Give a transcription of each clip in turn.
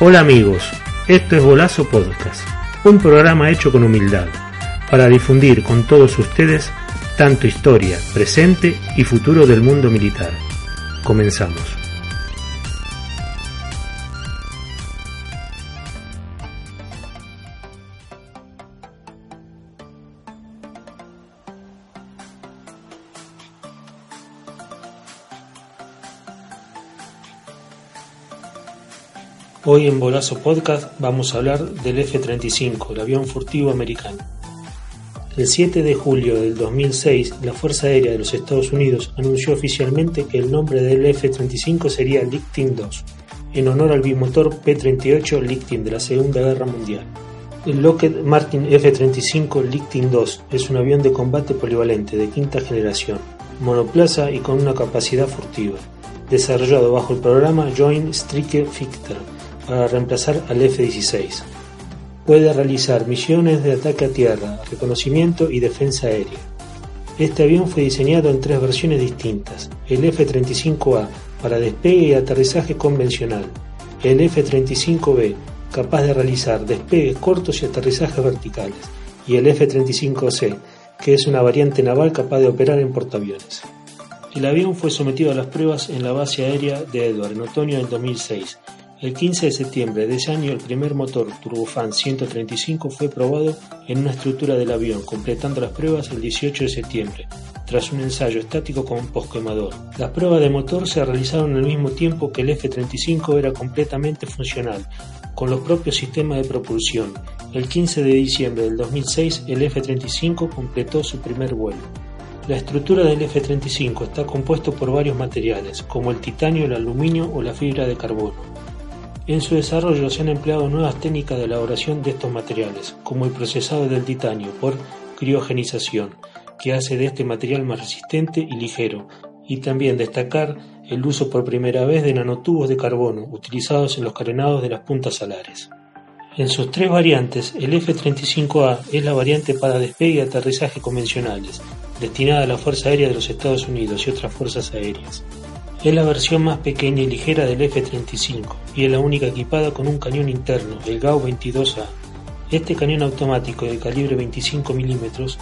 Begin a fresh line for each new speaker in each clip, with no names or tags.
Hola amigos, esto es Bolazo Podcast, un programa hecho con humildad, para difundir con todos ustedes tanto historia, presente y futuro del mundo militar. Comenzamos. Hoy en Bolazo Podcast vamos a hablar del F-35, el avión furtivo americano. El 7 de julio del 2006, la Fuerza Aérea de los Estados Unidos anunció oficialmente que el nombre del F-35 sería Lightning II, en honor al bimotor P-38 Lightning de la Segunda Guerra Mundial. El Lockheed Martin F-35 Lightning II es un avión de combate polivalente de quinta generación, monoplaza y con una capacidad furtiva, desarrollado bajo el programa Joint Strike Fighter, para reemplazar al F-16. Puede realizar misiones de ataque a tierra, reconocimiento y defensa aérea. Este avión fue diseñado en tres versiones distintas: el F-35A para despegue y aterrizaje convencional, el F-35B capaz de realizar despegues cortos y aterrizajes verticales, y el F-35C, que es una variante naval capaz de operar en portaaviones. El avión fue sometido a las pruebas en la base aérea de Edwards en otoño del 2006. El 15 de septiembre de ese año, el primer motor Turbofan 135 fue probado en una estructura del avión, completando las pruebas el 18 de septiembre, tras un ensayo estático con posquemador. Las pruebas de motor se realizaron al mismo tiempo que el F-35 era completamente funcional, con los propios sistemas de propulsión. El 15 de diciembre del 2006, el F-35 completó su primer vuelo. La estructura del F-35 está compuesto por varios materiales, como el titanio, el aluminio o la fibra de carbono. En su desarrollo se han empleado nuevas técnicas de elaboración de estos materiales, como el procesado del titanio por criogenización, que hace de este material más resistente y ligero, y también destacar el uso por primera vez de nanotubos de carbono utilizados en los carenados de las puntas alares. En sus tres variantes, el F-35A es la variante para despegue y aterrizaje convencionales, destinada a la Fuerza Aérea de los Estados Unidos y otras fuerzas aéreas. Es la versión más pequeña y ligera del F-35 y es la única equipada con un cañón interno, el GAU-22A. Este cañón automático de calibre 25 mm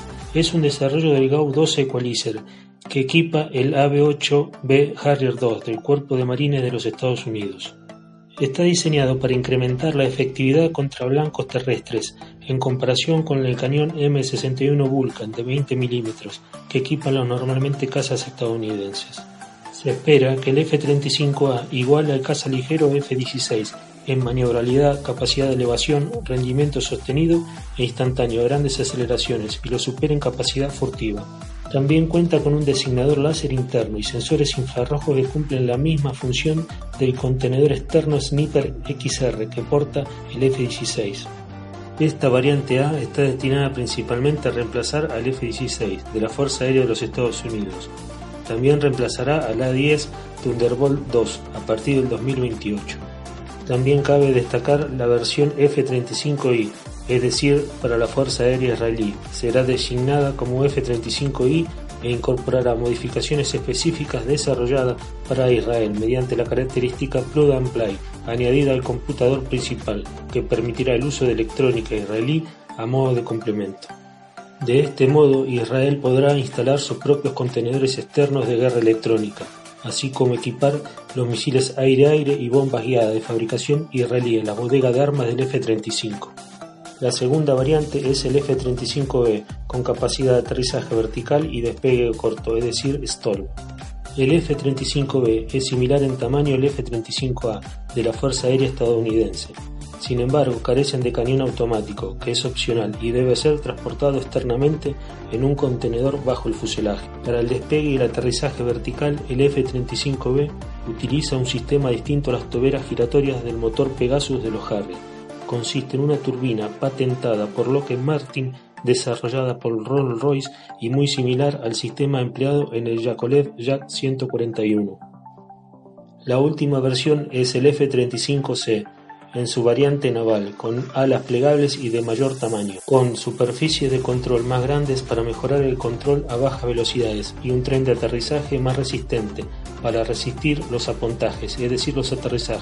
es un desarrollo del GAU-12 Equalizer que equipa el AB-8B Harrier II del Cuerpo de Marines de los Estados Unidos. Está diseñado para incrementar la efectividad contra blancos terrestres en comparación con el cañón M61 Vulcan de 20 mm que equipan los normalmente cazas estadounidenses. Se espera que el F-35A iguale al caza ligero F-16 en maniobrabilidad, capacidad de elevación, rendimiento sostenido e instantáneo de grandes aceleraciones y lo supere en capacidad furtiva. También cuenta con un designador láser interno y sensores infrarrojos que cumplen la misma función del contenedor externo Sniper XR que porta el F-16. Esta variante A está destinada principalmente a reemplazar al F-16 de la Fuerza Aérea de los Estados Unidos. También reemplazará al A-10 Thunderbolt II a partir del 2028. También cabe destacar la versión F-35I, es decir, para la Fuerza Aérea Israelí. Será designada como F-35I e incorporará modificaciones específicas desarrolladas para Israel mediante la característica Plug and Play añadida al computador principal, que permitirá el uso de electrónica israelí a modo de complemento. De este modo, Israel podrá instalar sus propios contenedores externos de guerra electrónica, así como equipar los misiles aire-aire y bombas guiadas de fabricación israelí en la bodega de armas del F-35. La segunda variante es el F-35B, con capacidad de aterrizaje vertical y despegue corto, es decir, STOL. El F-35B es similar en tamaño al F-35A de la Fuerza Aérea estadounidense. Sin embargo, carecen de cañón automático, que es opcional y debe ser transportado externamente en un contenedor bajo el fuselaje. Para el despegue y el aterrizaje vertical, el F-35B utiliza un sistema distinto a las toberas giratorias del motor Pegasus de los Harrier. Consiste en una turbina patentada por Lockheed Martin, desarrollada por Rolls-Royce y muy similar al sistema empleado en el Yakolev Yak-141. La última versión es el F-35C, en su variante naval, con alas plegables y de mayor tamaño, con superficies de control más grandes para mejorar el control a bajas velocidades y un tren de aterrizaje más resistente para resistir los apontajes, es decir, los aterrizajes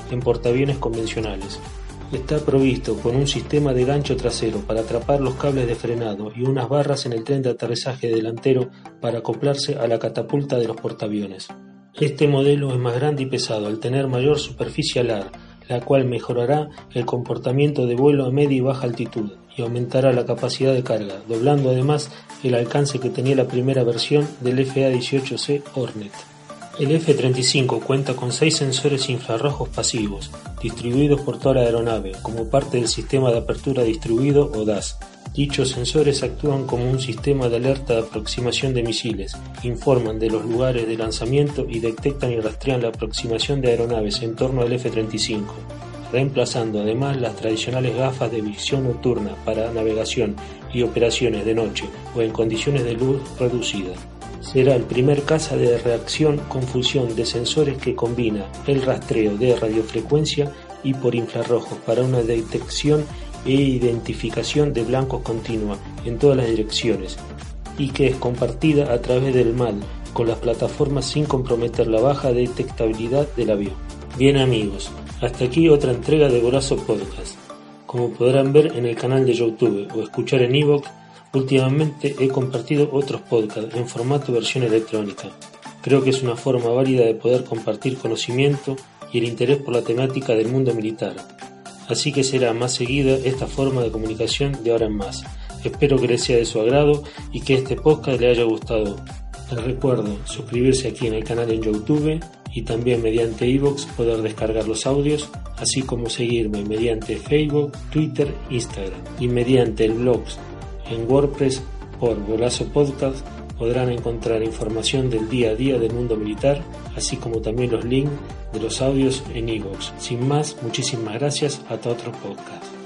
en portaaviones convencionales. Está provisto con un sistema de gancho trasero para atrapar los cables de frenado y unas barras en el tren de aterrizaje delantero para acoplarse a la catapulta de los portaaviones. Este modelo es más grande y pesado al tener mayor superficie alar, la cual mejorará el comportamiento de vuelo a media y baja altitud y aumentará la capacidad de carga, doblando además el alcance que tenía la primera versión del FA-18C Hornet. El F-35 cuenta con 6 sensores infrarrojos pasivos, distribuidos por toda la aeronave, como parte del sistema de apertura distribuido o DAS. Dichos sensores actúan como un sistema de alerta de aproximación de misiles, informan de los lugares de lanzamiento y detectan y rastrean la aproximación de aeronaves en torno al F-35, reemplazando además las tradicionales gafas de visión nocturna para navegación y operaciones de noche o en condiciones de luz reducida. Será el primer caza de reacción con fusión de sensores que combina el rastreo de radiofrecuencia y por infrarrojos para una detección e identificación de blancos continua en todas las direcciones y que es compartida a través del MAD con las plataformas sin comprometer la baja detectabilidad del avión. Bien amigos, hasta aquí otra entrega de Golazo Podcast. Como podrán ver en el canal de YouTube o escuchar en iVoox, últimamente he compartido otros podcasts en formato versión electrónica. Creo que es una forma válida de poder compartir conocimiento y el interés por la temática del mundo militar. Así que será más seguida esta forma de comunicación de ahora en más. Espero que les sea de su agrado y que este podcast le haya gustado. Les recuerdo suscribirse aquí en el canal en YouTube y también mediante iVoox poder descargar los audios, así como seguirme mediante Facebook, Twitter, Instagram y mediante el blog en WordPress por Golazo Podcast podrán encontrar información del día a día del mundo militar, así como también los links de los audios en iVoox. Sin más, muchísimas gracias, hasta otro podcast.